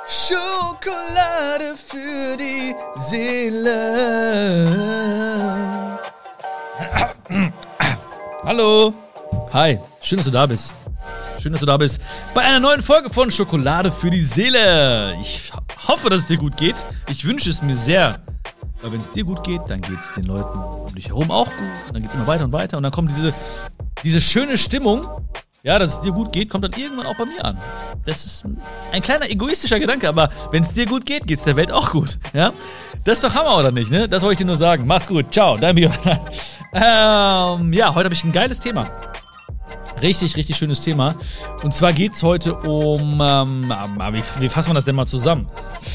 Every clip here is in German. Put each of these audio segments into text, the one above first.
Schokolade für die Seele. Hallo. Hi, schön, dass du da bist. Schön, dass du da bist bei einer neuen Folge von Schokolade für die Seele. Ich hoffe, dass es dir gut geht. Ich wünsche es mir sehr. Weil wenn es dir gut geht, dann geht es den Leuten um dich herum auch gut. Und dann geht es immer weiter und weiter. Und dann kommt diese schöne Stimmung, ja, dass es dir gut geht, kommt dann irgendwann auch bei mir an. Das ist ein kleiner egoistischer Gedanke, aber wenn es dir gut geht, geht es der Welt auch gut. Ja? Das ist doch Hammer, oder nicht? Ne? Das wollte ich dir nur sagen. Mach's gut. Ciao. Dein Björn. Ja, heute habe ich ein geiles Thema. Richtig, richtig schönes Thema. Und zwar geht es heute um, wie fassen wir das denn mal zusammen?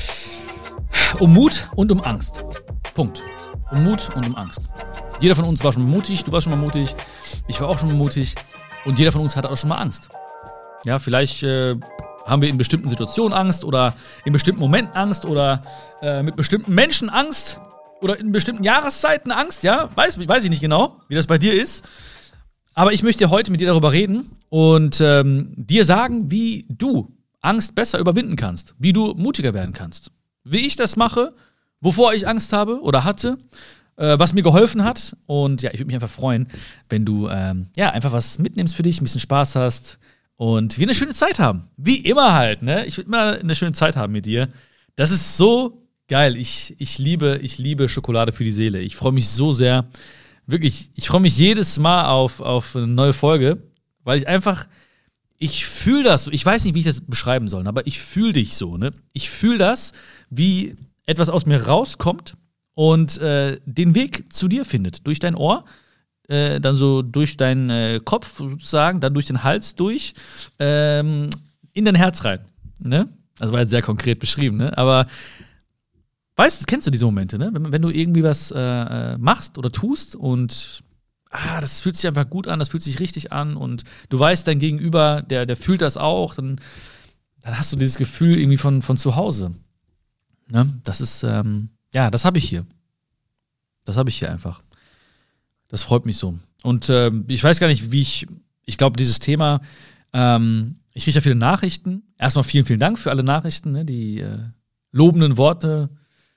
Um Mut und um Angst. Punkt. Um Mut und um Angst. Jeder von uns war schon mal mutig, du warst schon mal mutig, ich war auch schon mal mutig und jeder von uns hatte auch schon mal Angst. Ja, vielleicht haben wir in bestimmten Situationen Angst oder in bestimmten Momenten Angst oder mit bestimmten Menschen Angst oder in bestimmten Jahreszeiten Angst, ja, weiß ich nicht genau, wie das bei dir ist. Aber ich möchte heute mit dir darüber reden und dir sagen, wie du Angst besser überwinden kannst, wie du mutiger werden kannst. Wie ich das mache, wovor ich Angst habe oder hatte, was mir geholfen hat. Und ja, ich würde mich einfach freuen, wenn du einfach was mitnimmst für dich, ein bisschen Spaß hast und wir eine schöne Zeit haben. Wie immer halt, ne? Ich würde immer eine schöne Zeit haben mit dir. Das ist so geil. Ich liebe Schokolade für die Seele. Ich freue mich so sehr. Wirklich, ich freue mich jedes Mal auf eine neue Folge, weil ich fühle das. Ich weiß nicht, wie ich das beschreiben soll, aber ich fühle dich so, ne? Ich fühle das, wie etwas aus mir rauskommt und den Weg zu dir findet. Durch dein Ohr, dann so durch deinen Kopf sozusagen, dann durch den Hals durch, in dein Herz rein. Ne? Das war jetzt sehr konkret beschrieben, ne? Aber kennst du diese Momente, ne? Wenn du irgendwie was machst oder tust und das fühlt sich einfach gut an, das fühlt sich richtig an und du weißt, dein Gegenüber, der fühlt das auch, dann hast du dieses Gefühl irgendwie von zu Hause. Ne? Das ist, das habe ich hier. Das habe ich hier einfach. Das freut mich so. Und ich weiß gar nicht, ich glaube, dieses Thema, ich kriege ja viele Nachrichten. Erstmal vielen, vielen Dank für alle Nachrichten, ne? Die lobenden Worte,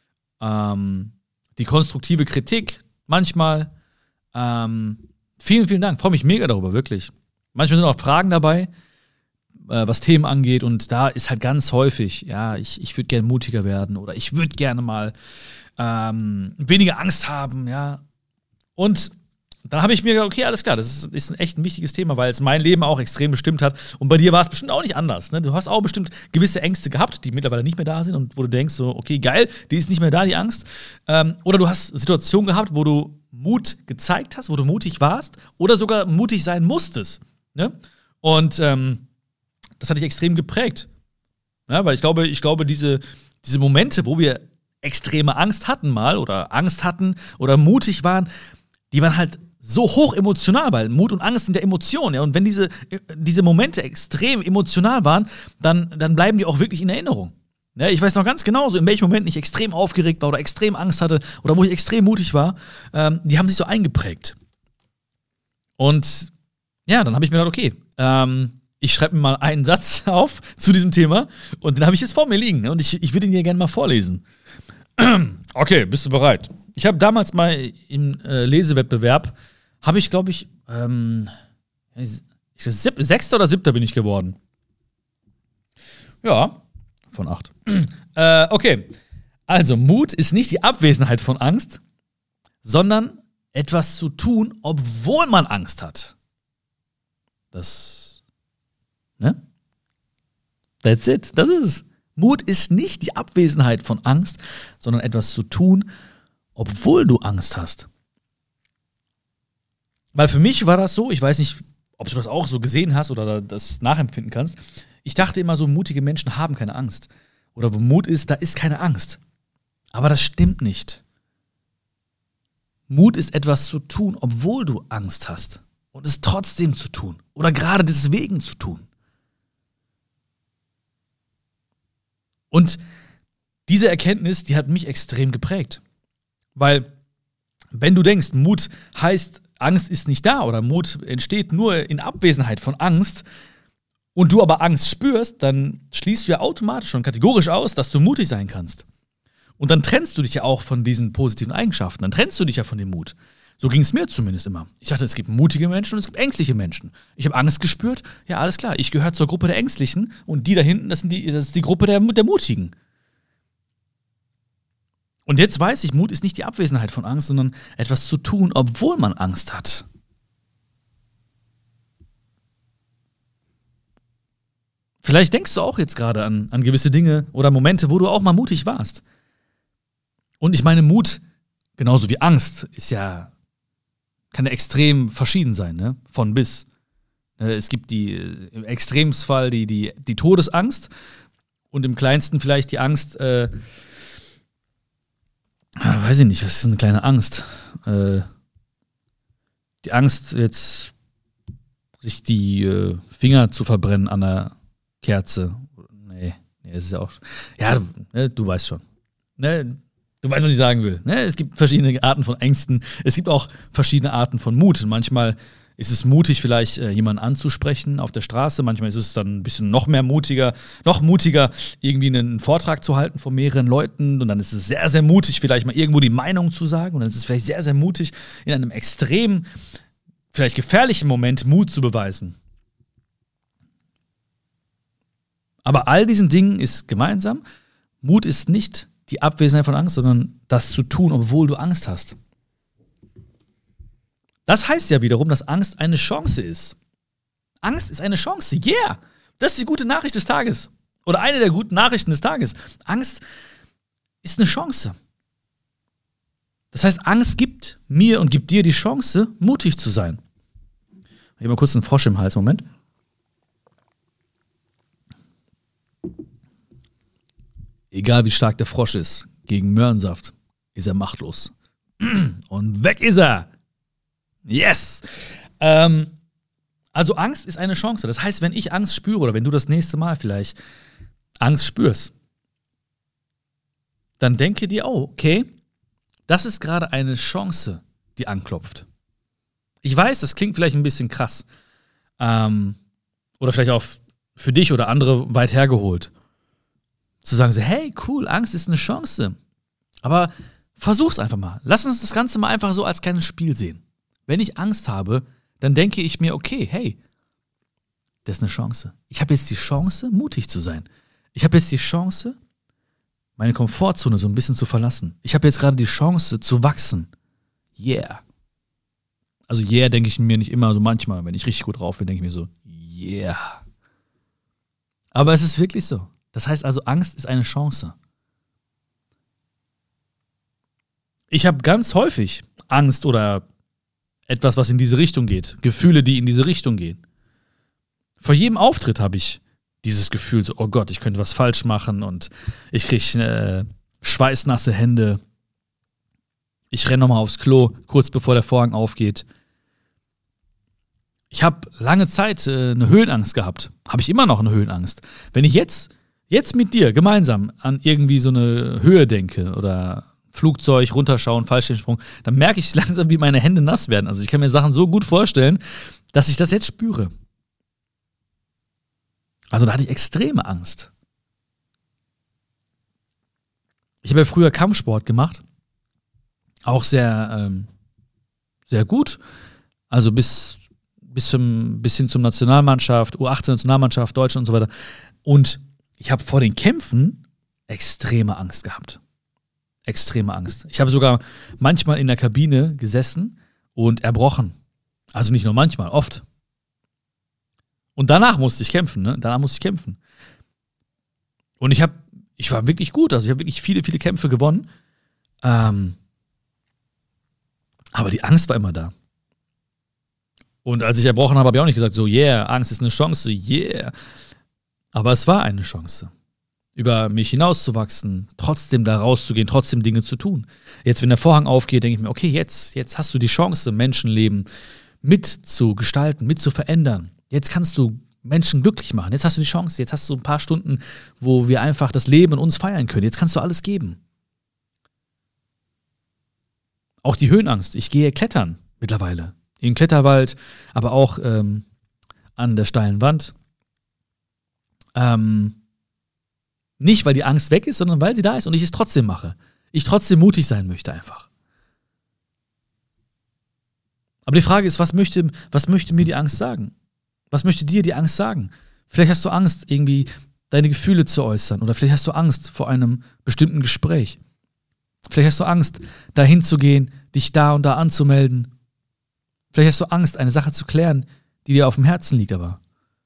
die konstruktive Kritik manchmal. Vielen, vielen Dank. Freue mich mega darüber, wirklich. Manchmal sind auch Fragen dabei, was Themen angeht. Und da ist halt ganz häufig, ja, ich würde gerne mutiger werden oder ich würde gerne mal weniger Angst haben, ja. Und dann habe ich mir gedacht, okay, alles klar, das ist echt ein wichtiges Thema, weil es mein Leben auch extrem bestimmt hat. Und bei dir war es bestimmt auch nicht anders. Ne? Du hast auch bestimmt gewisse Ängste gehabt, die mittlerweile nicht mehr da sind und wo du denkst so, okay, geil, die ist nicht mehr da, die Angst. Oder du hast Situationen gehabt, wo du Mut gezeigt hast, wo du mutig warst oder sogar mutig sein musstest. Ne? Und das hat dich extrem geprägt. Ja, weil ich glaube, diese Momente, wo wir extreme Angst hatten mal oder mutig waren, die waren halt so hoch emotional, weil Mut und Angst sind ja Emotionen, ja. Und wenn diese Momente extrem emotional waren, dann bleiben die auch wirklich in Erinnerung. Ja, ich weiß noch ganz genau, so in welchen Momenten ich extrem aufgeregt war oder extrem Angst hatte oder wo ich extrem mutig war, die haben sich so eingeprägt. Und ja, dann habe ich mir gedacht, okay, ich schreibe mir mal einen Satz auf zu diesem Thema und den habe ich jetzt vor mir liegen, ne? Und ich würde ihn dir gerne mal vorlesen. Okay, bist du bereit? Ich habe damals mal im Lesewettbewerb, habe ich, glaube ich, 6. oder 7. bin ich geworden. Ja, von 8. Okay, also Mut ist nicht die Abwesenheit von Angst, sondern etwas zu tun, obwohl man Angst hat. Ne? That's it, das ist es. Mut ist nicht die Abwesenheit von Angst, sondern etwas zu tun, obwohl du Angst hast. Weil für mich war das so, ich weiß nicht, ob du das auch so gesehen hast oder das nachempfinden kannst. Ich dachte immer so, mutige Menschen haben keine Angst. Oder wo Mut ist, da ist keine Angst. Aber das stimmt nicht. Mut ist etwas zu tun, obwohl du Angst hast. Und es trotzdem zu tun. Oder gerade deswegen zu tun. Und diese Erkenntnis, die hat mich extrem geprägt. Weil, wenn du denkst, Mut heißt, Angst ist nicht da oder Mut entsteht nur in Abwesenheit von Angst und du aber Angst spürst, dann schließt du ja automatisch und kategorisch aus, dass du mutig sein kannst. Und dann trennst du dich ja auch von diesen positiven Eigenschaften. Dann trennst du dich ja von dem Mut. So ging es mir zumindest immer. Ich dachte, es gibt mutige Menschen und es gibt ängstliche Menschen. Ich habe Angst gespürt, ja, alles klar, ich gehöre zur Gruppe der Ängstlichen und die da hinten, das ist die Gruppe der Mutigen. Und jetzt weiß ich, Mut ist nicht die Abwesenheit von Angst, sondern etwas zu tun, obwohl man Angst hat. Vielleicht denkst du auch jetzt gerade an gewisse Dinge oder Momente, wo du auch mal mutig warst. Und ich meine, Mut, genauso wie Angst, kann ja extrem verschieden sein, ne? Von bis. Es gibt im Extremfall die Todesangst und im kleinsten vielleicht die Angst, weiß ich nicht, was ist eine kleine Angst? Die Angst, jetzt sich die Finger zu verbrennen an der Kerze. Nee, es ist ja auch. Ja, du weißt schon. Ne? Du weißt, was ich sagen will. Ne? Es gibt verschiedene Arten von Ängsten. Es gibt auch verschiedene Arten von Mut. Manchmal ist es mutig, vielleicht jemanden anzusprechen auf der Straße. Manchmal ist es dann ein bisschen noch mutiger, irgendwie einen Vortrag zu halten vor mehreren Leuten. Und dann ist es sehr, sehr mutig, vielleicht mal irgendwo die Meinung zu sagen. Und dann ist es vielleicht sehr, sehr mutig, in einem extrem, vielleicht gefährlichen Moment Mut zu beweisen. Aber all diesen Dingen ist gemeinsam, Mut ist nicht die Abwesenheit von Angst, sondern das zu tun, obwohl du Angst hast. Das heißt ja wiederum, dass Angst eine Chance ist. Angst ist eine Chance, yeah! Das ist die gute Nachricht des Tages. Oder eine der guten Nachrichten des Tages. Angst ist eine Chance. Das heißt, Angst gibt mir und gibt dir die Chance, mutig zu sein. Ich habe mal kurz einen Frosch im Hals, Moment. Egal wie stark der Frosch ist, gegen Möhrensaft ist er machtlos. Und weg ist er. Yes! Also Angst ist eine Chance. Das heißt, wenn ich Angst spüre oder wenn du das nächste Mal vielleicht Angst spürst, dann denke dir, oh, okay, das ist gerade eine Chance, die anklopft. Ich weiß, das klingt vielleicht ein bisschen krass. Oder vielleicht auch für dich oder andere weit hergeholt. Zu sagen so, hey, cool, Angst ist eine Chance. Aber versuch's einfach mal. Lass uns das Ganze mal einfach so als kleines Spiel sehen. Wenn ich Angst habe, dann denke ich mir, okay, hey, das ist eine Chance. Ich habe jetzt die Chance, mutig zu sein. Ich habe jetzt die Chance, meine Komfortzone so ein bisschen zu verlassen. Ich habe jetzt gerade die Chance zu wachsen. Yeah. Also yeah denke ich mir nicht immer, so manchmal, wenn ich richtig gut drauf bin, denke ich mir so, yeah. Aber es ist wirklich so. Das heißt also, Angst ist eine Chance. Ich habe ganz häufig Angst oder etwas, was in diese Richtung geht. Gefühle, die in diese Richtung gehen. Vor jedem Auftritt habe ich dieses Gefühl, so, oh Gott, ich könnte was falsch machen und ich kriege schweißnasse Hände. Ich renne nochmal aufs Klo, kurz bevor der Vorhang aufgeht. Ich habe lange Zeit eine Höhenangst gehabt. Habe ich immer noch eine Höhenangst. Wenn ich jetzt mit dir gemeinsam an irgendwie so eine Höhe denke oder Flugzeug, runterschauen, Fallschirmsprung, dann merke ich langsam, wie meine Hände nass werden. Also ich kann mir Sachen so gut vorstellen, dass ich das jetzt spüre. Also da hatte ich extreme Angst. Ich habe ja früher Kampfsport gemacht. Auch sehr, sehr gut. Also bis hin zum Nationalmannschaft, U18-Nationalmannschaft, Deutschland und so weiter. Und ich habe vor den Kämpfen extreme Angst gehabt. Extreme Angst. Ich habe sogar manchmal in der Kabine gesessen und erbrochen. Also nicht nur manchmal, oft. Und danach musste ich kämpfen, ne? Und ich war wirklich gut. Also ich habe wirklich viele, viele Kämpfe gewonnen. Aber die Angst war immer da. Und als ich erbrochen habe ich auch nicht gesagt, so, yeah, Angst ist eine Chance, yeah. Aber es war eine Chance, über mich hinauszuwachsen, trotzdem da rauszugehen, trotzdem Dinge zu tun. Jetzt, wenn der Vorhang aufgeht, denke ich mir, okay, jetzt hast du die Chance, Menschenleben mitzugestalten, mitzuverändern. Jetzt kannst du Menschen glücklich machen. Jetzt hast du die Chance, jetzt hast du ein paar Stunden, wo wir einfach das Leben in uns feiern können. Jetzt kannst du alles geben. Auch die Höhenangst. Ich gehe klettern mittlerweile. Im Kletterwald, aber auch an der steilen Wand. Nicht, weil die Angst weg ist, sondern weil sie da ist und ich es trotzdem mache. Ich trotzdem mutig sein möchte einfach. Aber die Frage ist, was möchte mir die Angst sagen? Was möchte dir die Angst sagen? Vielleicht hast du Angst, irgendwie deine Gefühle zu äußern. Oder vielleicht hast du Angst vor einem bestimmten Gespräch. Vielleicht hast du Angst, dahin zu gehen, dich da und da anzumelden. Vielleicht hast du Angst, eine Sache zu klären, die dir auf dem Herzen liegt, aber.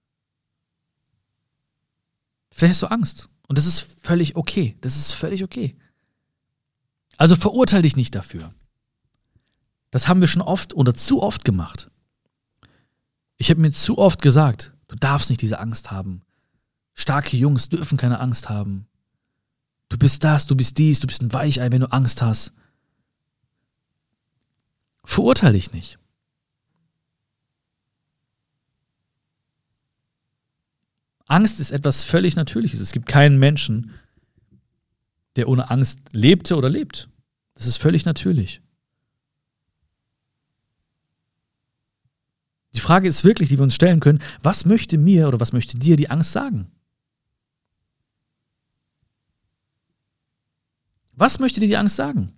Vielleicht hast du Angst. Und das ist völlig okay. Das ist völlig okay. Also verurteile dich nicht dafür. Das haben wir schon oft oder zu oft gemacht. Ich habe mir zu oft gesagt, du darfst nicht diese Angst haben. Starke Jungs dürfen keine Angst haben. Du bist das, du bist dies, du bist ein Weichei, wenn du Angst hast. Verurteile dich nicht. Angst ist etwas völlig Natürliches. Es gibt keinen Menschen, der ohne Angst lebte oder lebt. Das ist völlig natürlich. Die Frage ist wirklich, die wir uns stellen können, was möchte mir oder was möchte dir die Angst sagen? Was möchte dir die Angst sagen?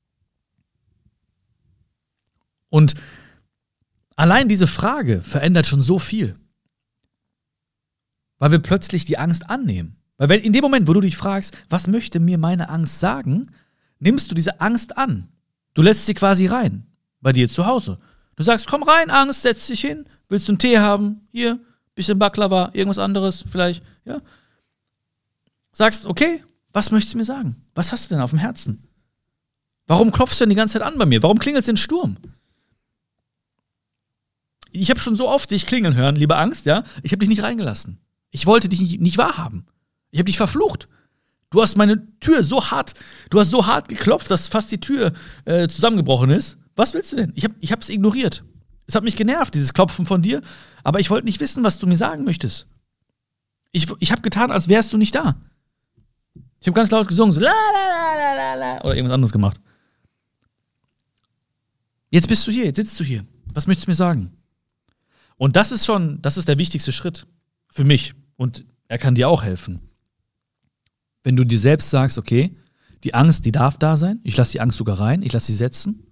Und allein diese Frage verändert schon so viel. Weil wir plötzlich die Angst annehmen. Weil in dem Moment, wo du dich fragst, was möchte mir meine Angst sagen, nimmst du diese Angst an. Du lässt sie quasi rein, bei dir zu Hause. Du sagst, komm rein, Angst, setz dich hin. Willst du einen Tee haben? Hier, bisschen Baklava, irgendwas anderes vielleicht. Ja? Sagst, okay, was möchtest du mir sagen? Was hast du denn auf dem Herzen? Warum klopfst du denn die ganze Zeit an bei mir? Warum klingelt es in Sturm? Ich habe schon so oft dich klingeln hören, liebe Angst, ja? Ich habe dich nicht reingelassen. Ich wollte dich nicht wahrhaben. Ich habe dich verflucht. Du hast meine Tür so hart geklopft, dass fast die Tür zusammengebrochen ist. Was willst du denn? Ich habe es ignoriert. Es hat mich genervt, dieses Klopfen von dir, aber ich wollte nicht wissen, was du mir sagen möchtest. Ich habe getan, als wärst du nicht da. Ich habe ganz laut gesungen, so la la la la la la oder irgendwas anderes gemacht. Jetzt bist du hier, jetzt sitzt du hier. Was möchtest du mir sagen? Und das ist der wichtigste Schritt für mich. Und er kann dir auch helfen. Wenn du dir selbst sagst, okay, die Angst, die darf da sein. Ich lasse die Angst sogar rein, ich lasse sie setzen.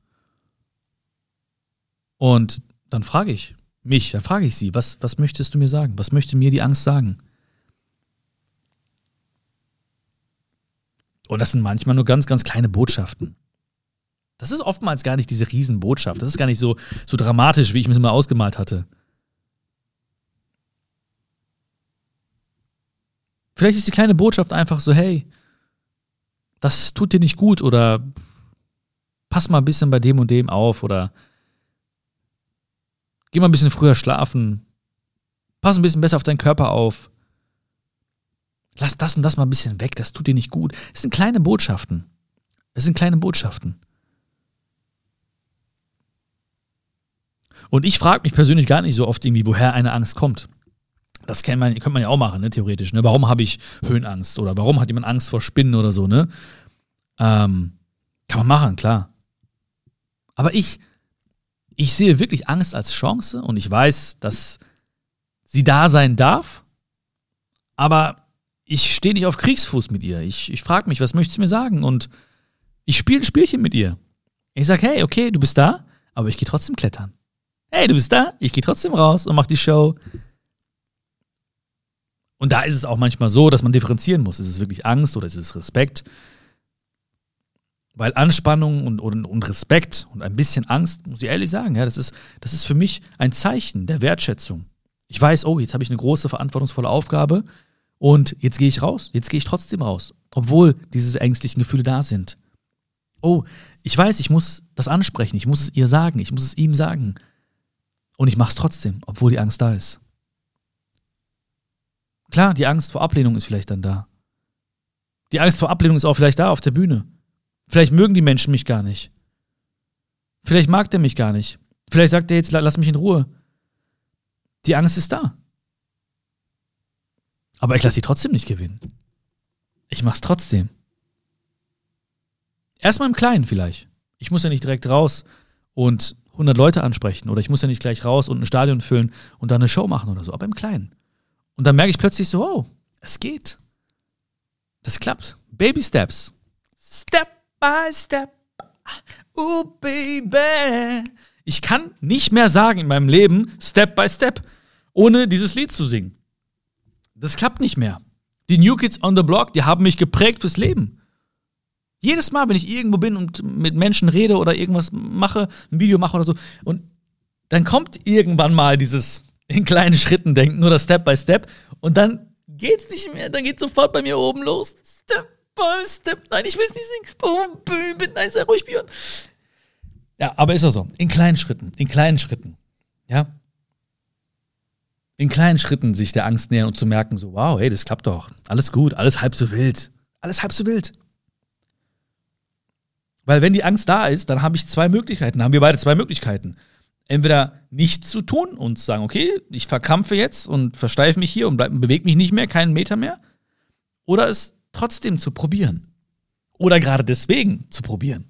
Und dann frage ich sie, was möchtest du mir sagen? Was möchte mir die Angst sagen? Und das sind manchmal nur ganz, ganz kleine Botschaften. Das ist oftmals gar nicht diese Riesenbotschaft. Das ist gar nicht so dramatisch, wie ich mir das mal ausgemalt hatte. Vielleicht ist die kleine Botschaft einfach so, hey, das tut dir nicht gut oder pass mal ein bisschen bei dem und dem auf oder geh mal ein bisschen früher schlafen, pass ein bisschen besser auf deinen Körper auf, lass das und das mal ein bisschen weg, das tut dir nicht gut. Es sind kleine Botschaften. Und ich frage mich persönlich gar nicht so oft irgendwie, woher eine Angst kommt. Das könnte man ja auch machen, ne, theoretisch. Ne? Warum habe ich Höhenangst? Oder warum hat jemand Angst vor Spinnen oder so, ne? Kann man machen, klar. Aber ich sehe wirklich Angst als Chance und ich weiß, dass sie da sein darf, aber ich stehe nicht auf Kriegsfuß mit ihr. Ich frage mich, was möchtest du mir sagen? Und ich spiele ein Spielchen mit ihr. Ich sage, hey, okay, du bist da, aber ich gehe trotzdem klettern. Hey, du bist da, ich gehe trotzdem raus und mache die Show. Und da ist es auch manchmal so, dass man differenzieren muss. Ist es wirklich Angst oder ist es Respekt? Weil Anspannung und Respekt und ein bisschen Angst, muss ich ehrlich sagen, ja, das ist für mich ein Zeichen der Wertschätzung. Ich weiß, oh, jetzt habe ich eine große, verantwortungsvolle Aufgabe und jetzt gehe ich raus. Jetzt gehe ich trotzdem raus, obwohl diese ängstlichen Gefühle da sind. Oh, ich weiß, ich muss das ansprechen, ich muss es ihr sagen, ich muss es ihm sagen. Und ich mache es trotzdem, obwohl die Angst da ist. Klar, die Angst vor Ablehnung ist vielleicht dann da. Die Angst vor Ablehnung ist auch vielleicht da auf der Bühne. Vielleicht mögen die Menschen mich gar nicht. Vielleicht mag der mich gar nicht. Vielleicht sagt er jetzt, lass mich in Ruhe. Die Angst ist da. Aber ich lasse sie trotzdem nicht gewinnen. Ich mach's trotzdem. Erstmal im Kleinen vielleicht. Ich muss ja nicht direkt raus und 100 Leute ansprechen oder ich muss ja nicht gleich raus und ein Stadion füllen und da eine Show machen oder so, aber im Kleinen. Und dann merke ich plötzlich so, oh, Es geht. Das klappt. Baby Steps. Step by Step. Oh, Baby. Ich kann nicht mehr sagen in meinem Leben Step by Step, ohne dieses Lied zu singen. Das klappt nicht mehr. Die New Kids on the Block, die haben mich geprägt fürs Leben. Jedes Mal, wenn ich irgendwo bin und mit Menschen rede oder irgendwas mache, ein Video mache oder so, und dann kommt irgendwann mal dieses in kleinen Schritten denken oder Step by Step und dann geht's nicht mehr, dann geht's sofort bei mir oben los. Step by Step. Nein, ich will's nicht singen. Oh, Baby. Nein, sei ruhig, Björn. Ja, aber ist auch so. In kleinen Schritten. Ja. In kleinen Schritten sich der Angst nähern und zu merken, so, wow, hey, das klappt doch. Alles gut, alles halb so wild. Alles halb so wild. Weil wenn die Angst da ist, dann haben wir beide zwei Möglichkeiten. Entweder nichts zu tun und sagen, okay, ich verkrampfe jetzt und versteife mich hier und bewege mich nicht mehr, keinen Meter mehr. Oder es trotzdem zu probieren. Oder gerade deswegen zu probieren.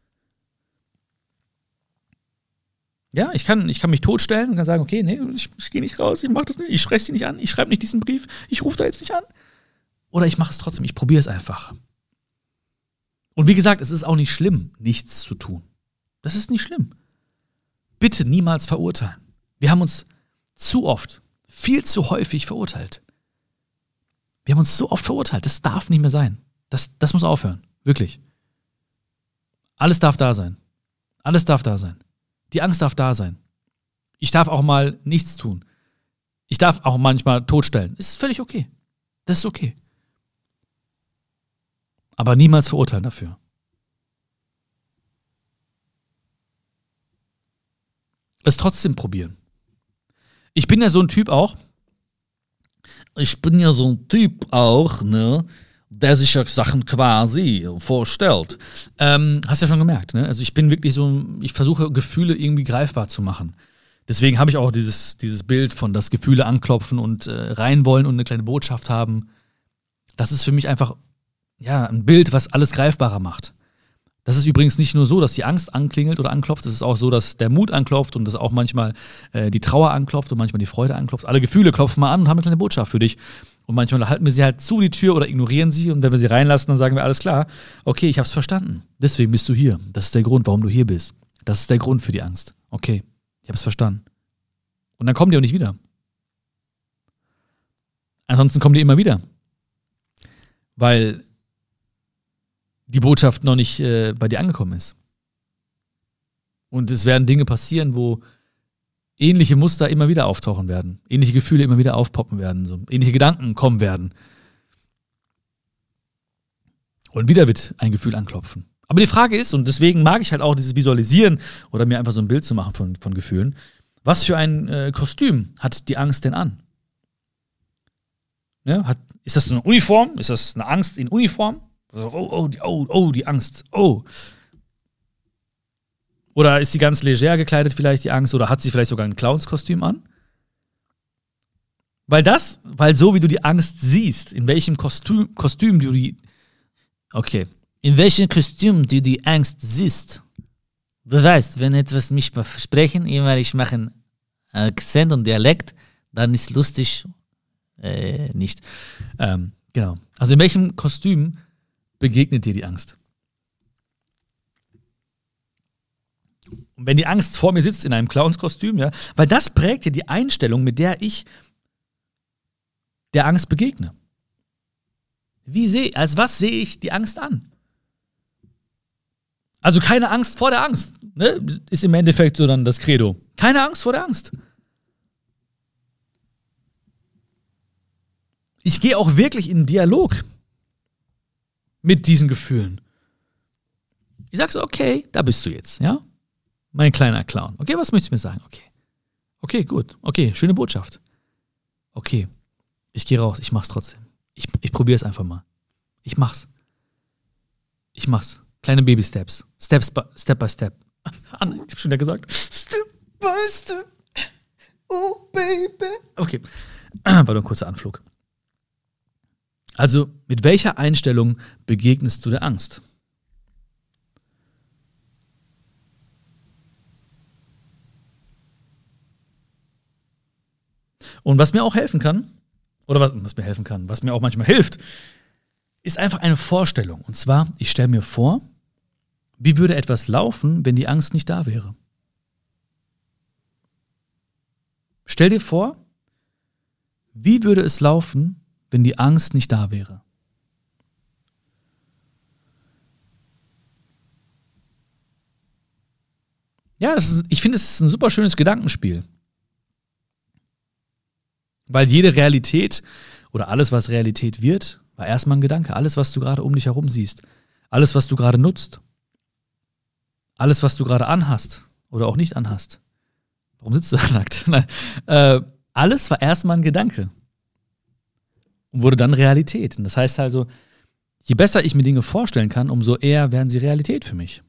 Ja, ich kann mich totstellen und kann sagen, okay, nee, ich gehe nicht raus, ich mache das nicht, ich spreche sie nicht an, ich schreibe nicht diesen Brief, ich rufe da jetzt nicht an. Oder ich mache es trotzdem, ich probiere es einfach. Und wie gesagt, es ist auch nicht schlimm, nichts zu tun. Das ist nicht schlimm. Bitte niemals verurteilen. Wir haben uns zu oft, viel zu häufig verurteilt. Wir haben uns so oft verurteilt. Das darf nicht mehr sein. Das muss aufhören. Wirklich. Alles darf da sein. Alles darf da sein. Die Angst darf da sein. Ich darf auch mal nichts tun. Ich darf auch manchmal totstellen. Das ist völlig okay. Das ist okay. Aber niemals verurteilen dafür. Es trotzdem probieren. Ich bin ja so ein Typ auch, ne, der sich ja Sachen quasi vorstellt. Hast ja schon gemerkt, ne? Also ich bin wirklich so, ich versuche Gefühle irgendwie greifbar zu machen. Deswegen habe ich auch dieses Bild von, dass Gefühle anklopfen und rein wollen und eine kleine Botschaft haben. Das ist für mich einfach, ja, ein Bild, was alles greifbarer macht. Das ist übrigens nicht nur so, dass die Angst anklingelt oder anklopft, es ist auch so, dass der Mut anklopft und dass auch manchmal die Trauer anklopft und manchmal die Freude anklopft. Alle Gefühle klopfen mal an und haben eine kleine Botschaft für dich. Und manchmal halten wir sie halt zu, die Tür, oder ignorieren sie. Und wenn wir sie reinlassen, dann sagen wir, alles klar, okay, ich hab's verstanden. Deswegen bist du hier. Das ist der Grund, warum du hier bist. Das ist der Grund für die Angst. Okay, ich hab's verstanden. Und dann kommen die auch nicht wieder. Ansonsten kommen die immer wieder. Weil die Botschaft noch nicht bei dir angekommen ist. Und es werden Dinge passieren, wo ähnliche Muster immer wieder auftauchen werden. Ähnliche Gefühle immer wieder aufpoppen werden. So ähnliche Gedanken kommen werden. Und wieder wird ein Gefühl anklopfen. Aber die Frage ist, und deswegen mag ich halt auch dieses Visualisieren oder mir einfach so ein Bild zu machen von Gefühlen, was für ein Kostüm hat die Angst denn an? Ja, ist das eine Uniform? Ist das eine Angst in Uniform? Die Angst. Oh. Oder ist sie ganz leger gekleidet vielleicht, die Angst? Oder hat sie vielleicht sogar ein Clownskostüm an? Weil so wie du die Angst siehst, in welchem Kostüm du in welchem Kostüm du die Angst siehst. Das heißt, wenn etwas mich versprechen, immer ich mache einen Akzent und Dialekt, dann ist lustig nicht. Genau. Also in welchem Kostüm begegnet dir die Angst? Und wenn die Angst vor mir sitzt in einem Clownskostüm, ja, weil das prägt ja die Einstellung, mit der ich der Angst begegne. Als was sehe ich die Angst an? Also keine Angst vor der Angst, ne? Ist im Endeffekt so dann das Credo. Keine Angst vor der Angst. Ich gehe auch wirklich in Dialog mit diesen Gefühlen. Ich sage so, okay, da bist du jetzt, ja? Mein kleiner Clown. Okay, was möchtest du mir sagen? Okay, gut. Okay, schöne Botschaft. Okay, ich gehe raus, ich mach's trotzdem. Ich probiere es einfach mal. Ich mach's. Kleine Baby-Steps. Step by Step. Ah, nein, ich hab schon wieder gesagt. Step by Step. Oh, Baby. Okay, war nur ein kurzer Anflug. Also, mit welcher Einstellung begegnest du der Angst? Und was mir auch helfen kann, oder was mir helfen kann, was mir auch manchmal hilft, ist einfach eine Vorstellung. Und zwar, ich stelle mir vor, wie würde etwas laufen, wenn die Angst nicht da wäre? Stell dir vor, wie würde es laufen, wenn die Angst nicht da wäre? Ja, ich finde, es ist ein super schönes Gedankenspiel. Weil jede Realität oder alles, was Realität wird, war erstmal ein Gedanke. Alles, was du gerade um dich herum siehst, alles, was du gerade nutzt, alles, was du gerade anhast oder auch nicht anhast. Warum sitzt du da nackt? Nein. Alles war erstmal ein Gedanke und wurde dann Realität. Und das heißt also, je besser ich mir Dinge vorstellen kann, umso eher werden sie Realität für mich.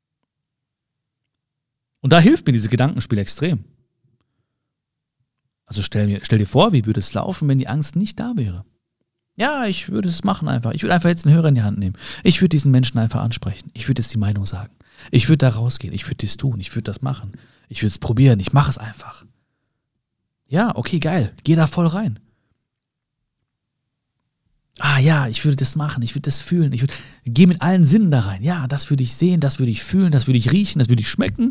Und da hilft mir dieses Gedankenspiel extrem. Also stell dir vor, wie würde es laufen, wenn die Angst nicht da wäre? Ja, ich würde es machen einfach. Ich würde einfach jetzt einen Hörer in die Hand nehmen. Ich würde diesen Menschen einfach ansprechen. Ich würde jetzt die Meinung sagen. Ich würde da rausgehen. Ich würde das tun. Ich würde das machen. Ich würde es probieren. Ich mache es einfach. Ja, okay, geil. Geh da voll rein. Ah ja, ich würde das machen. Ich würde das fühlen. Geh mit allen Sinnen da rein. Ja, das würde ich sehen. Das würde ich fühlen. Das würde ich riechen. Das würde ich schmecken.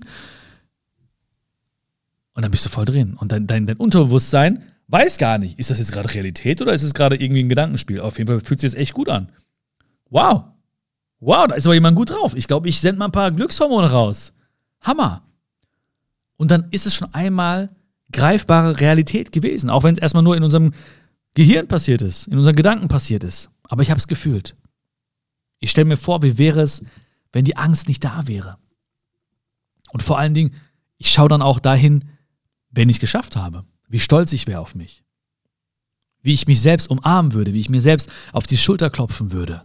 Und dann bist du voll drin. Und dein Unterbewusstsein weiß gar nicht, ist das jetzt gerade Realität oder ist es gerade irgendwie ein Gedankenspiel? Auf jeden Fall fühlt sich das echt gut an. Wow. Wow, da ist aber jemand gut drauf. Ich glaube, ich sende mal ein paar Glückshormone raus. Hammer. Und dann ist es schon einmal greifbare Realität gewesen. Auch wenn es erstmal nur in unserem Gehirn passiert ist, in unseren Gedanken passiert ist. Aber ich habe es gefühlt. Ich stelle mir vor, wie wäre es, wenn die Angst nicht da wäre. Und vor allen Dingen, ich schaue dann auch dahin, wenn ich es geschafft habe. Wie stolz ich wäre auf mich. Wie ich mich selbst umarmen würde, wie ich mir selbst auf die Schulter klopfen würde.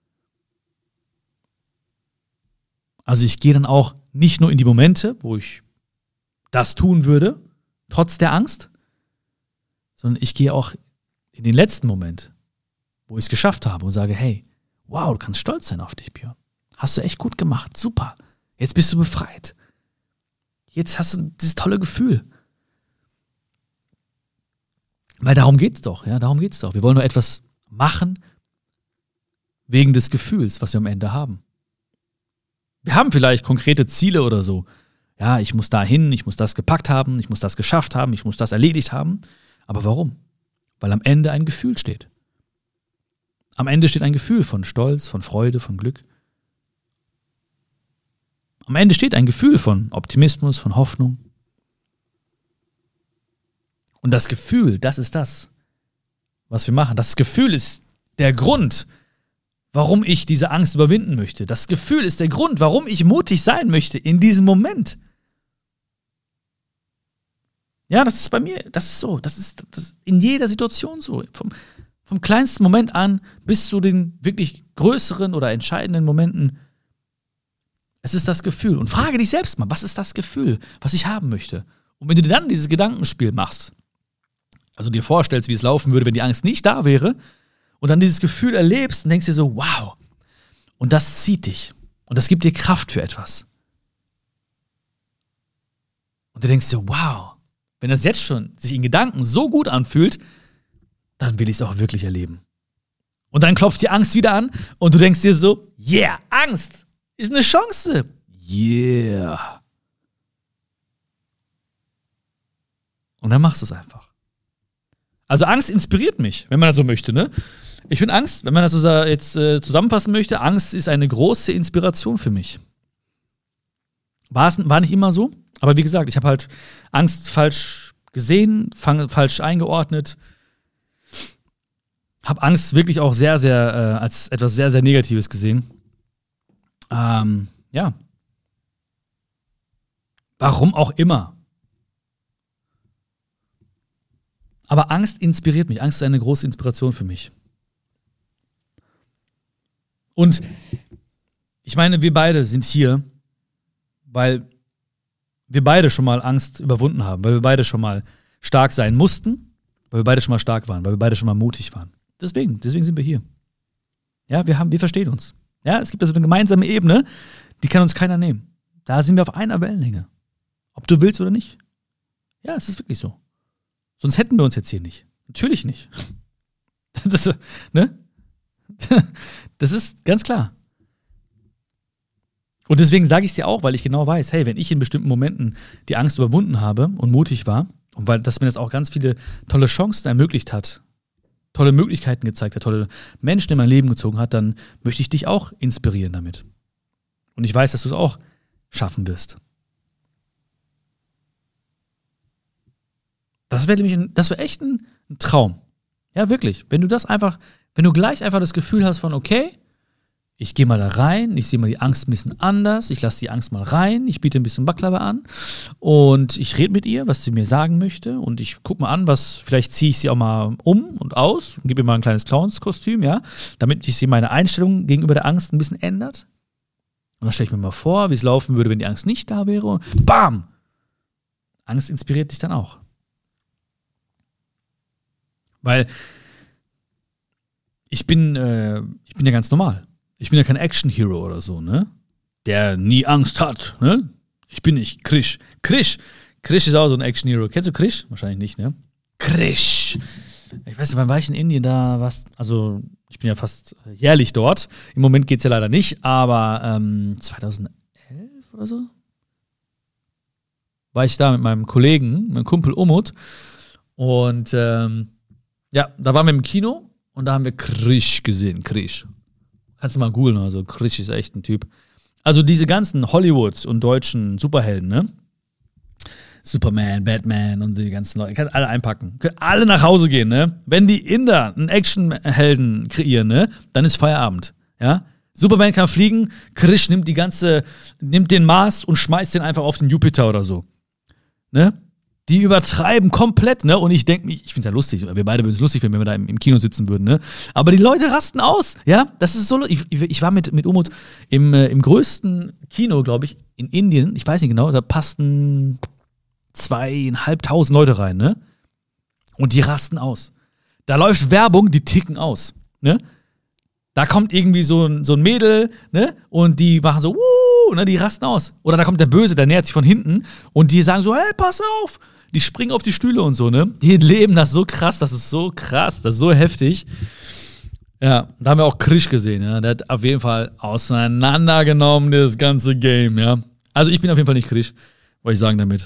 Also ich gehe dann auch nicht nur in die Momente, wo ich das tun würde, trotz der Angst, sondern ich gehe auch in den letzten Moment, wo ich es geschafft habe und sage, hey, wow, du kannst stolz sein auf dich, Björn. Hast du echt gut gemacht, super. Jetzt bist du befreit. Jetzt hast du dieses tolle Gefühl. Weil darum geht's doch, ja, darum geht's doch. Wir wollen nur etwas machen wegen des Gefühls, was wir am Ende haben. Wir haben vielleicht konkrete Ziele oder so. Ja, ich muss da hin, ich muss das gepackt haben, ich muss das geschafft haben, ich muss das erledigt haben. Aber warum? Weil am Ende ein Gefühl steht. Am Ende steht ein Gefühl von Stolz, von Freude, von Glück. Am Ende steht ein Gefühl von Optimismus, von Hoffnung. Und das Gefühl, das ist das, was wir machen. Das Gefühl ist der Grund, warum ich diese Angst überwinden möchte. Das Gefühl ist der Grund, warum ich mutig sein möchte in diesem Moment. Ja, das ist bei mir, das ist so. Das ist in jeder Situation so. Vom kleinsten Moment an bis zu den wirklich größeren oder entscheidenden Momenten. Es ist das Gefühl. Und frage dich selbst mal, was ist das Gefühl, was ich haben möchte? Und wenn du dir dann dieses Gedankenspiel machst, also dir vorstellst, wie es laufen würde, wenn die Angst nicht da wäre, und dann dieses Gefühl erlebst und denkst dir so, wow. Und das zieht dich. Und das gibt dir Kraft für etwas. Und du denkst dir, wow, wenn das jetzt schon sich in Gedanken so gut anfühlt, dann will ich es auch wirklich erleben. Und dann klopft die Angst wieder an und du denkst dir so, yeah, Angst ist eine Chance. Yeah. Und dann machst du es einfach. Also Angst inspiriert mich, wenn man das so möchte, ne? Ich finde Angst, wenn man das so jetzt zusammenfassen möchte, Angst ist eine große Inspiration für mich. War nicht immer so, aber wie gesagt, ich habe halt Angst falsch gesehen, falsch eingeordnet, habe Angst wirklich auch sehr, sehr als etwas sehr, sehr Negatives gesehen. Ja. Warum auch immer. Aber Angst inspiriert mich. Angst ist eine große Inspiration für mich. Und ich meine, wir beide sind hier, weil wir beide schon mal Angst überwunden haben, weil wir beide schon mal stark sein mussten, weil wir beide schon mal stark waren, weil wir beide schon mal mutig waren. Deswegen sind wir hier. Ja, wir verstehen uns. Ja, es gibt da so eine gemeinsame Ebene, die kann uns keiner nehmen. Da sind wir auf einer Wellenlänge. Ob du willst oder nicht. Ja, es ist wirklich so. Sonst hätten wir uns jetzt hier nicht. Natürlich nicht. Das, ne? Das ist ganz klar. Und deswegen sage ich es dir auch, weil ich genau weiß, hey, wenn ich in bestimmten Momenten die Angst überwunden habe und mutig war, und weil das mir das auch ganz viele tolle Chancen ermöglicht hat, tolle Möglichkeiten gezeigt hat, tolle Menschen in mein Leben gezogen hat, dann möchte ich dich auch inspirieren damit. Und ich weiß, dass du es auch schaffen wirst. Das wäre echt ein Traum. Ja, wirklich. Wenn du gleich einfach das Gefühl hast von, okay, ich gehe mal da rein, ich sehe mal die Angst ein bisschen anders, ich lasse die Angst mal rein, ich biete ein bisschen Baklava an und ich rede mit ihr, was sie mir sagen möchte und ich gucke mal an, vielleicht ziehe ich sie auch mal um und aus und gebe ihr mal ein kleines Clownskostüm, ja, damit sich meine Einstellung gegenüber der Angst ein bisschen ändert. Und dann stelle ich mir mal vor, wie es laufen würde, wenn die Angst nicht da wäre. Bam! Angst inspiriert dich dann auch. Weil ich bin ja ganz normal. Ich bin ja kein Action-Hero oder so, ne? Der nie Angst hat, ne? Ich bin nicht Krish. Krish ist auch so ein Action-Hero. Kennst du Krish? Wahrscheinlich nicht, ne? Krish. Ich weiß nicht, wann war ich in Indien da? Also, ich bin ja fast jährlich dort. Im Moment geht's ja leider nicht, aber 2011 oder so war ich da mit meinem Kollegen, meinem Kumpel Umut. Und ja, da waren wir im Kino und da haben wir Krish gesehen. Krish. Kannst du mal googeln, also Krish ist echt ein Typ. Also diese ganzen Hollywoods und deutschen Superhelden, ne? Superman, Batman und die ganzen Leute, kann alle einpacken. Können alle nach Hause gehen, ne? Wenn die Inder einen Actionhelden kreieren, ne? Dann ist Feierabend, ja? Superman kann fliegen, Krish nimmt den Mars und schmeißt den einfach auf den Jupiter oder so. Ne? Die übertreiben komplett, ne? Und ich denke, ich finde es ja lustig. Wir beide würden es lustig finden, wenn wir da im Kino sitzen würden, ne? Aber die Leute rasten aus, ja? Das ist so. Ich war mit Umut im größten Kino, glaube ich, in Indien. Ich weiß nicht genau, da passten 2.500 Leute rein, ne? Und die rasten aus. Da läuft Werbung, die ticken aus, ne? Da kommt irgendwie so ein Mädel, ne? Und die machen so, ne? Die rasten aus. Oder da kommt der Böse, der nähert sich von hinten und die sagen so, hey, pass auf! Die springen auf die Stühle und so, ne? Die leben das so krass, das ist so krass, das ist so heftig. Ja, da haben wir auch Krish gesehen, ja? Der hat auf jeden Fall auseinandergenommen, das ganze Game, ja? Also ich bin auf jeden Fall nicht Krish, wollte ich sagen damit.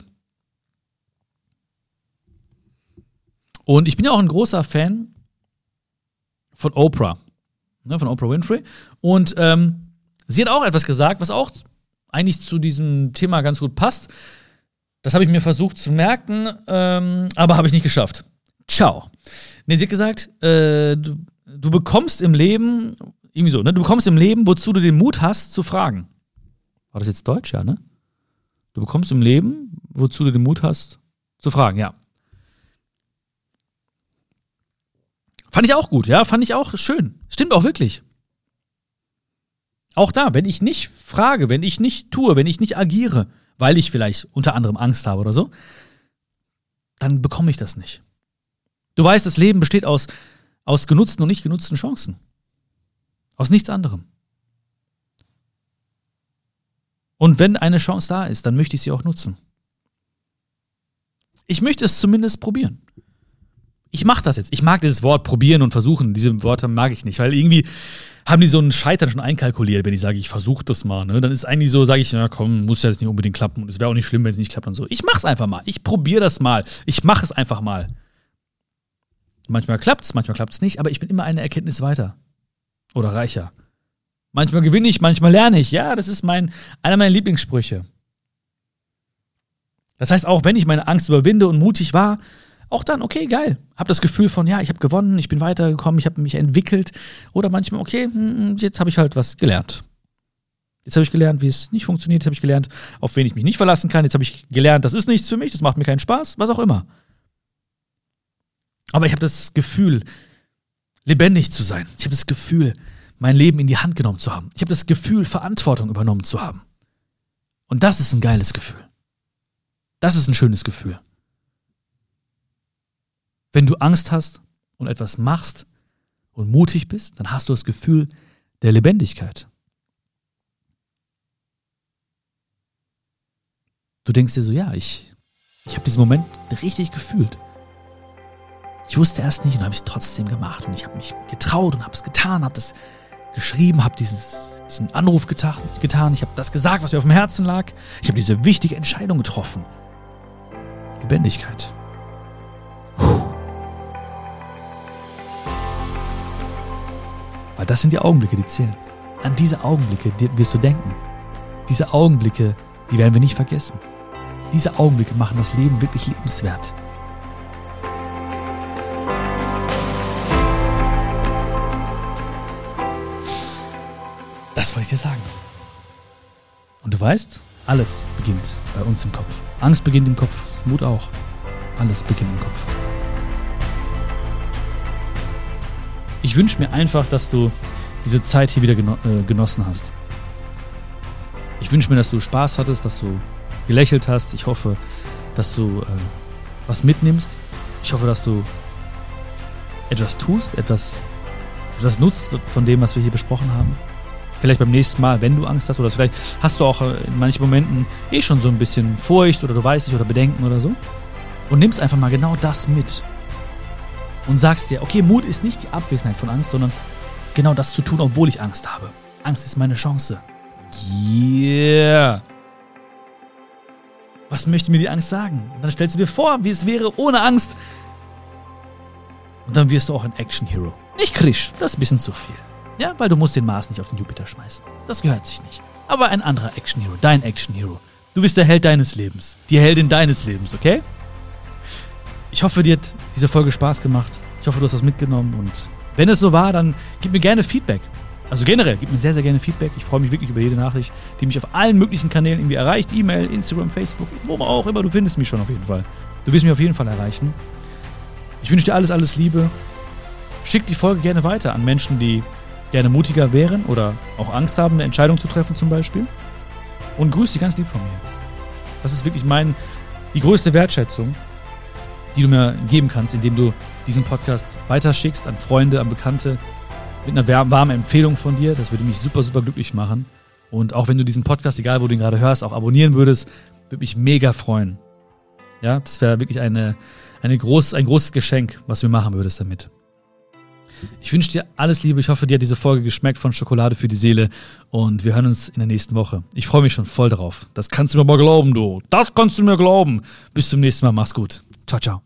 Und ich bin ja auch ein großer Fan von Oprah. Ne, von Oprah Winfrey. Und sie hat auch etwas gesagt, was auch eigentlich zu diesem Thema ganz gut passt. Das habe ich mir versucht zu merken, aber habe ich nicht geschafft. Ciao. Nee, sie hat gesagt, du bekommst im Leben, irgendwie so, ne? Du bekommst im Leben, wozu du den Mut hast, zu fragen. War das jetzt Deutsch, ja, ne? Du bekommst im Leben, wozu du den Mut hast, zu fragen, ja. Fand ich auch gut, ja, fand ich auch schön. Stimmt auch wirklich. Auch da, wenn ich nicht frage, wenn ich nicht tue, wenn ich nicht agiere, weil ich vielleicht unter anderem Angst habe oder so, dann bekomme ich das nicht. Du weißt, das Leben besteht aus genutzten und nicht genutzten Chancen. Aus nichts anderem. Und wenn eine Chance da ist, dann möchte ich sie auch nutzen. Ich möchte es zumindest probieren. Ich mache das jetzt. Ich mag dieses Wort probieren und versuchen. Diese Worte mag ich nicht, weil irgendwie haben die so ein Scheitern schon einkalkuliert, wenn ich sage, ich versuche das mal. Ne? Dann ist eigentlich so, sage ich, na komm, muss ja jetzt nicht unbedingt klappen. Und es wäre auch nicht schlimm, wenn es nicht klappt und so. Ich mache es einfach mal. Ich probiere das mal. Ich mache es einfach mal. Manchmal klappt es nicht, aber ich bin immer eine Erkenntnis weiter. Oder reicher. Manchmal gewinne ich, manchmal lerne ich. Ja, das ist einer meiner Lieblingssprüche. Das heißt, auch wenn ich meine Angst überwinde und mutig war, auch dann, okay, geil. Hab das Gefühl von, ja, ich habe gewonnen, ich bin weitergekommen, ich habe mich entwickelt. Oder manchmal, okay, jetzt habe ich halt was gelernt. Jetzt habe ich gelernt, wie es nicht funktioniert. Jetzt habe ich gelernt, auf wen ich mich nicht verlassen kann. Jetzt habe ich gelernt, das ist nichts für mich, das macht mir keinen Spaß, was auch immer. Aber ich habe das Gefühl, lebendig zu sein. Ich habe das Gefühl, mein Leben in die Hand genommen zu haben. Ich habe das Gefühl, Verantwortung übernommen zu haben. Und das ist ein geiles Gefühl. Das ist ein schönes Gefühl. Wenn du Angst hast und etwas machst und mutig bist, dann hast du das Gefühl der Lebendigkeit. Du denkst dir so, ja, ich habe diesen Moment richtig gefühlt. Ich wusste erst nicht und habe es trotzdem gemacht. Und ich habe mich getraut und habe es getan, habe das geschrieben, habe diesen Anruf getan. Ich habe das gesagt, was mir auf dem Herzen lag. Ich habe diese wichtige Entscheidung getroffen. Lebendigkeit. Weil das sind die Augenblicke, die zählen. An diese Augenblicke wirst du denken. Diese Augenblicke, die werden wir nicht vergessen. Diese Augenblicke machen das Leben wirklich lebenswert. Das wollte ich dir sagen. Und du weißt, alles beginnt bei uns im Kopf. Angst beginnt im Kopf, Mut auch. Alles beginnt im Kopf. Ich wünsche mir einfach, dass du diese Zeit hier wieder genossen hast. Ich wünsche mir, dass du Spaß hattest, dass du gelächelt hast. Ich hoffe, dass du was mitnimmst. Ich hoffe, dass du etwas tust, etwas nutzt von dem, was wir hier besprochen haben. Vielleicht beim nächsten Mal, wenn du Angst hast, oder vielleicht hast du auch in manchen Momenten schon so ein bisschen Furcht oder du weißt nicht oder Bedenken oder so. Und nimmst einfach mal genau das mit. Und sagst dir, okay, Mut ist nicht die Abwesenheit von Angst, sondern genau das zu tun, obwohl ich Angst habe. Angst ist meine Chance. Yeah. Was möchte mir die Angst sagen? Und dann stellst du dir vor, wie es wäre ohne Angst. Und dann wirst du auch ein Action-Hero. Nicht Krisch, das ist ein bisschen zu viel. Ja, weil du musst den Mars nicht auf den Jupiter schmeißen. Das gehört sich nicht. Aber ein anderer Action-Hero, dein Action-Hero. Du bist der Held deines Lebens. Die Heldin deines Lebens, okay? Ich hoffe, dir hat diese Folge Spaß gemacht. Ich hoffe, du hast was mitgenommen. Und wenn es so war, dann gib mir gerne Feedback. Also generell, gib mir sehr, sehr gerne Feedback. Ich freue mich wirklich über jede Nachricht, die mich auf allen möglichen Kanälen irgendwie erreicht. E-Mail, Instagram, Facebook, wo auch immer. Du findest mich schon auf jeden Fall. Du wirst mich auf jeden Fall erreichen. Ich wünsche dir alles Liebe. Schick die Folge gerne weiter an Menschen, die gerne mutiger wären oder auch Angst haben, eine Entscheidung zu treffen zum Beispiel. Und grüß dich ganz lieb von mir. Das ist wirklich die größte Wertschätzung, die du mir geben kannst, indem du diesen Podcast weiterschickst an Freunde, an Bekannte, mit einer warmen Empfehlung von dir. Das würde mich super, super glücklich machen. Und auch wenn du diesen Podcast, egal wo du ihn gerade hörst, auch abonnieren würdest, würde mich mega freuen. Ja, das wäre wirklich ein großes Geschenk, was du mir machen würdest damit. Ich wünsche dir alles Liebe. Ich hoffe, dir hat diese Folge geschmeckt von Schokolade für die Seele. Und wir hören uns in der nächsten Woche. Ich freue mich schon voll drauf. Das kannst du mir mal glauben, du. Das kannst du mir glauben. Bis zum nächsten Mal. Mach's gut. Ciao, ciao.